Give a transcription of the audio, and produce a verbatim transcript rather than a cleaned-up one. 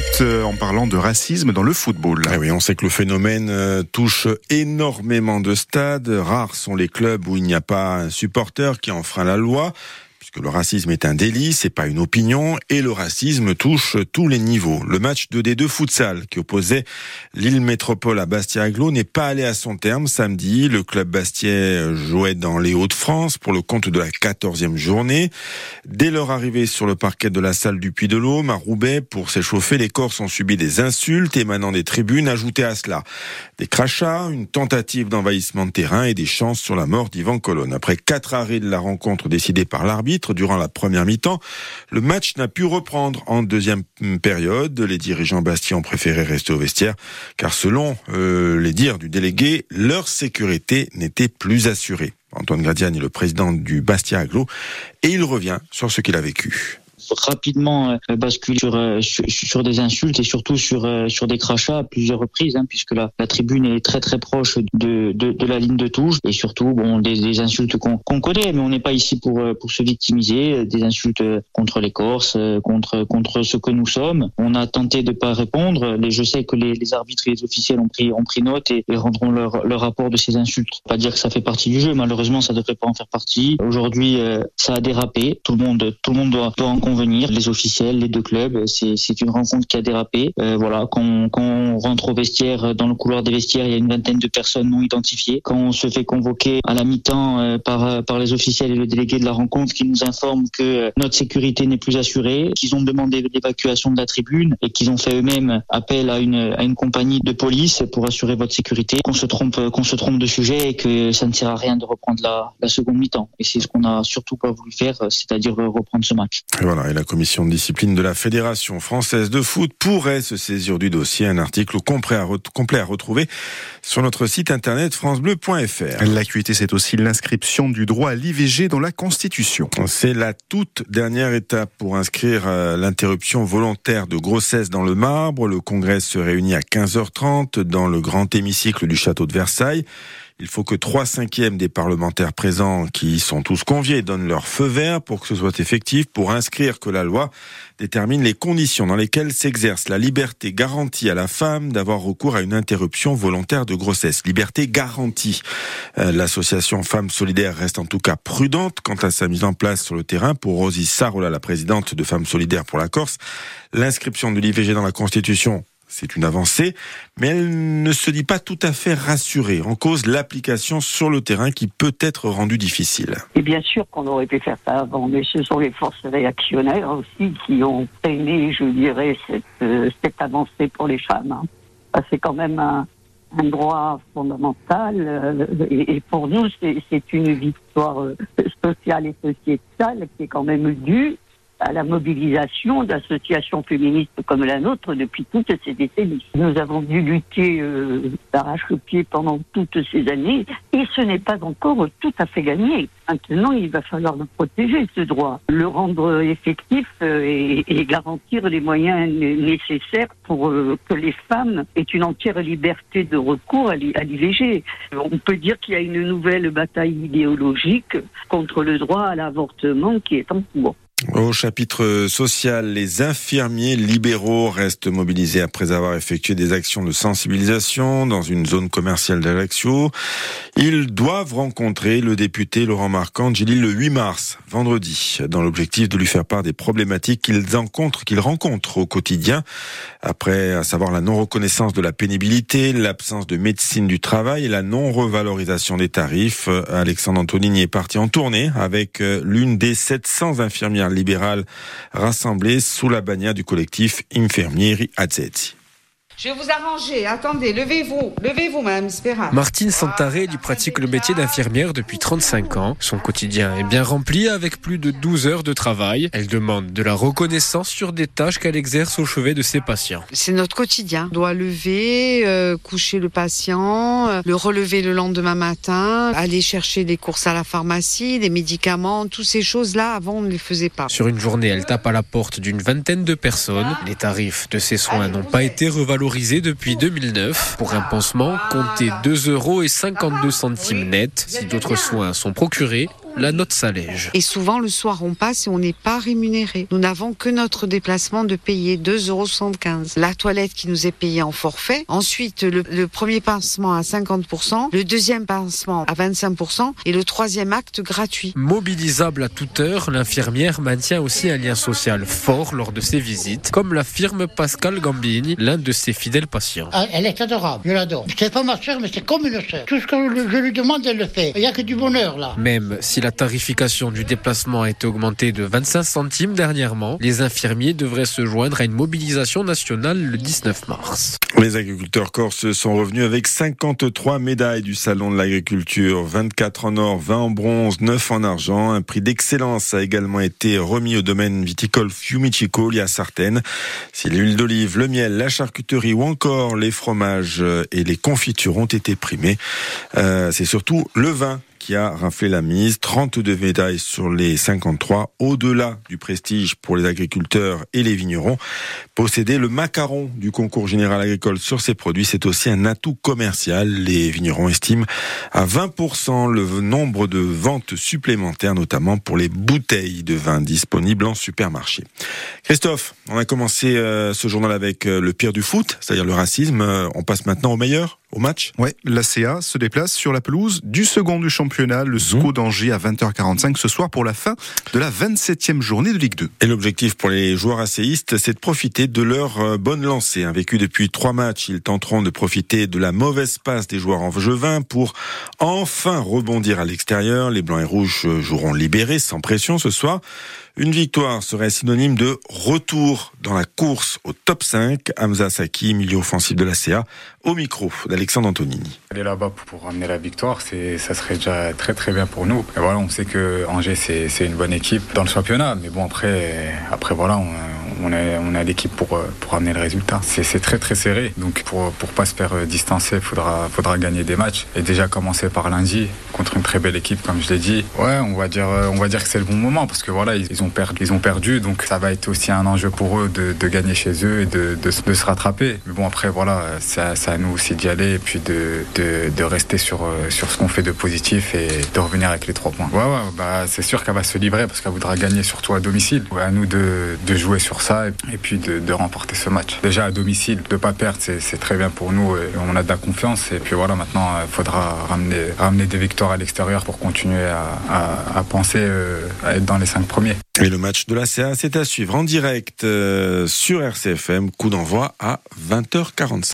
suite en parlant de racisme dans le football. Ah oui, on sait que le phénomène touche énormément de stades. Rares sont les clubs où il n'y a pas un supporter qui enfreint la loi. Puisque le racisme est un délit, c'est pas une opinion, et le racisme touche tous les niveaux. Le match de D deux futsal qui opposait Lille Métropole à Bastia-Aglo n'est pas allé à son terme samedi. Le club bastiais jouait dans les Hauts-de-France pour le compte de la quatorzième journée. Dès leur arrivée sur le parquet de la salle du Puy-de-Dôme à Roubaix, pour s'échauffer, les Corses ont subi des insultes émanant des tribunes. Ajoutez à cela des crachats, une tentative d'envahissement de terrain et des chances sur la mort d'Yvan Colonne. Après quatre arrêts de la rencontre décidés par l'arbitre, durant la première mi-temps, le match n'a pu reprendre en deuxième période. Les dirigeants bastiais ont préféré rester au vestiaire car selon euh, les dires du délégué, leur sécurité n'était plus assurée. Antoine Gradiani est le président du Bastia-Aglo et il revient sur ce qu'il a vécu. Rapidement euh, bascule sur, euh, sur sur des insultes et surtout sur euh, sur des crachats à plusieurs reprises, hein, puisque la, la tribune est très très proche de de, de la ligne de touche et surtout bon des, des insultes qu'on, qu'on connaît, mais on n'est pas ici pour pour se victimiser. Des insultes contre les Corses, contre contre ce que nous sommes. On a tenté de pas répondre. Les, je sais que les, les arbitres et les officiels ont pris ont pris note et, et rendront leur leur rapport de ces insultes. Pas dire que ça fait partie du jeu. Malheureusement, ça devrait pas en faire partie. Aujourd'hui, euh, ça a dérapé. Tout le monde tout le monde doit doit en convenir. Les officiels, les deux clubs, c'est, c'est une rencontre qui a dérapé. Euh, voilà, quand, quand on rentre au vestiaire, dans le couloir des vestiaires, il y a une vingtaine de personnes non identifiées. Quand on se fait convoquer à la mi-temps euh, par par les officiels et le délégué de la rencontre, qui nous informe que euh, notre sécurité n'est plus assurée, qu'ils ont demandé l'évacuation de la tribune et qu'ils ont fait eux-mêmes appel à une à une compagnie de police pour assurer votre sécurité, qu'on se trompe qu'on se trompe de sujet et que ça ne sert à rien de reprendre la la seconde mi-temps. Et c'est ce qu'on a surtout pas voulu faire, c'est-à-dire reprendre ce match. Et voilà. Et la commission de discipline de la Fédération française de foot pourrait se saisir du dossier. Un article complet à, re- complet à retrouver sur notre site internet francebleu point f r. L'actualité, c'est aussi l'inscription du droit à l'I V G dans la Constitution. C'est la toute dernière étape pour inscrire euh, l'interruption volontaire de grossesse dans le marbre. Le Congrès se réunit à quinze heures trente dans le grand hémicycle du château de Versailles. Il faut que trois cinquièmes des parlementaires présents, qui sont tous conviés, donnent leur feu vert pour que ce soit effectif, pour inscrire que la loi détermine les conditions dans lesquelles s'exerce la liberté garantie à la femme d'avoir recours à une interruption volontaire de grossesse. Liberté garantie. Euh, l'association Femmes Solidaires reste en tout cas prudente quant à sa mise en place sur le terrain. Pour Rosie Sarola, la présidente de Femmes Solidaires pour la Corse, l'inscription de l'I V G dans la Constitution, c'est une avancée, mais elle ne se dit pas tout à fait rassurée. En cause, l'application sur le terrain qui peut être rendue difficile. Et bien sûr qu'on aurait pu faire ça avant, mais ce sont les forces réactionnaires aussi qui ont freiné, je dirais, cette, euh, cette avancée pour les femmes. Hein. Ça, c'est quand même un, un droit fondamental euh, et, et pour nous, c'est, c'est une victoire euh, sociale et sociétale qui est quand même due à la mobilisation d'associations féministes comme la nôtre depuis toutes ces décennies. Nous avons dû lutter euh, d'arrache-pied pendant toutes ces années et ce n'est pas encore tout à fait gagné. Maintenant, il va falloir le protéger, ce droit, le rendre effectif euh, et, et garantir les moyens nécessaires pour euh, que les femmes aient une entière liberté de recours à l'I V G. On peut dire qu'il y a une nouvelle bataille idéologique contre le droit à l'avortement qui est en cours. Au chapitre social, les infirmiers libéraux restent mobilisés après avoir effectué des actions de sensibilisation dans une zone commerciale d'Ajaccio. Ils doivent rencontrer le député Laurent Marcangeli le huit mars, vendredi, dans l'objectif de lui faire part des problématiques qu'ils rencontrent, qu'ils rencontrent au quotidien, après, à savoir la non-reconnaissance de la pénibilité, l'absence de médecine du travail et la non-revalorisation des tarifs. Alexandre Antonini est parti en tournée avec l'une des sept cents infirmières libérales rassemblées sous la bannière du collectif Infermieri Azzetti. Je vais vous arranger. Attendez, levez-vous. Levez-vous, Madame Spera. Martine Santaré lui pratique le métier d'infirmière depuis trente-cinq ans. Son quotidien est bien rempli avec plus de douze heures de travail. Elle demande de la reconnaissance sur des tâches qu'elle exerce au chevet de ses patients. C'est notre quotidien. On doit lever, euh, coucher le patient, euh, le relever le lendemain matin, aller chercher des courses à la pharmacie, des médicaments, toutes ces choses-là, avant, on ne les faisait pas. Sur une journée, elle tape à la porte d'une vingtaine de personnes. Les tarifs de ses soins n'ont pas été revalorisés depuis deux mille neuf. Pour un pansement, comptez deux euros cinquante-deux net. Si d'autres soins sont procurés, la note s'allège. Et souvent, le soir, on passe et on n'est pas rémunéré. Nous n'avons que notre déplacement de payer deux euros soixante-quinze. La toilette qui nous est payée en forfait. Ensuite, le, le premier pansement à cinquante pour cent, le deuxième pansement à vingt-cinq pour cent et le troisième acte gratuit. Mobilisable à toute heure, l'infirmière maintient aussi un lien social fort lors de ses visites, comme l'affirme Pascal Gambini, l'un de ses fidèles patients. Elle est adorable, je l'adore. C'est pas ma soeur, mais c'est comme une soeur. Tout ce que je lui demande, elle le fait. Il n'y a que du bonheur là. Même si la tarification du déplacement a été augmentée de vingt-cinq centimes dernièrement, les infirmiers devraient se joindre à une mobilisation nationale le dix-neuf mars. Les agriculteurs corses sont revenus avec cinquante-trois médailles du Salon de l'agriculture, vingt-quatre en or, vingt en bronze, neuf en argent. Un prix d'excellence a également été remis au domaine viticole Fiumicicoli à Sartène. Si l'huile d'olive, le miel, la charcuterie ou encore les fromages et les confitures ont été primés, euh, c'est surtout le vin qui a raflé la mise, trente-deux médailles sur les cinquante-trois, au-delà du prestige pour les agriculteurs et les vignerons. Posséder le macaron du concours général agricole sur ses produits, c'est aussi un atout commercial. Les vignerons estiment à vingt pour cent le nombre de ventes supplémentaires, notamment pour les bouteilles de vin disponibles en supermarché. Christophe, on a commencé euh, ce journal avec euh, le pire du foot, c'est-à-dire le racisme. Euh, on passe maintenant au meilleur, au match. Ouais, l'A C A se déplace sur la pelouse du second du championnat, le S C O d'Angers à vingt heures quarante-cinq ce soir pour la fin de la vingt-septième journée de Ligue deux. Et l'objectif pour les joueurs acéistes, c'est de profiter de leur bonne lancée. Vécu depuis trois matchs, ils tenteront de profiter de la mauvaise passe des joueurs angevins pour enfin rebondir à l'extérieur. Les Blancs et Rouges joueront libérés, sans pression ce soir. Une victoire serait synonyme de retour dans la course au top cinq. Hamza Saki, milieu offensif de l'A C A, au micro d'Alexandre Antonini. Aller là-bas pour ramener la victoire, c'est, ça serait déjà très très bien pour nous. Et voilà, on sait que Angers c'est, c'est une bonne équipe dans le championnat, mais bon après, après voilà, on, on a, on a l'équipe pour pour ramener le résultat. C'est, c'est très très serré, donc pour pour pas se faire distancer, faudra faudra gagner des matchs et déjà commencer par lundi contre une très belle équipe comme je l'ai dit. Ouais, on va dire on va dire que c'est le bon moment parce que voilà ils, ils ont perdu, ils ont perdu, donc ça va être aussi un enjeu pour eux de, de gagner chez eux et de, de, de se rattraper. Mais bon après voilà, c'est, c'est à nous aussi d'y aller et puis de de, de rester sur sur ce qu'on fait de positif et de revenir avec les trois points. Ouais ouais, bah c'est sûr qu'elle va se livrer parce qu'elle voudra gagner surtout à domicile. Ouais, à nous de de jouer sur ça et, et puis de, de remporter ce match. Déjà à domicile, de pas perdre, c'est, c'est très bien pour nous et on a de la confiance et puis voilà maintenant il faudra ramener ramener des victoires à l'extérieur pour continuer à à, à penser euh, à être dans les cinq premiers. Et le match de l'A C A, c'est à suivre en direct euh, sur R C F M, coup d'envoi à vingt heures quarante-cinq.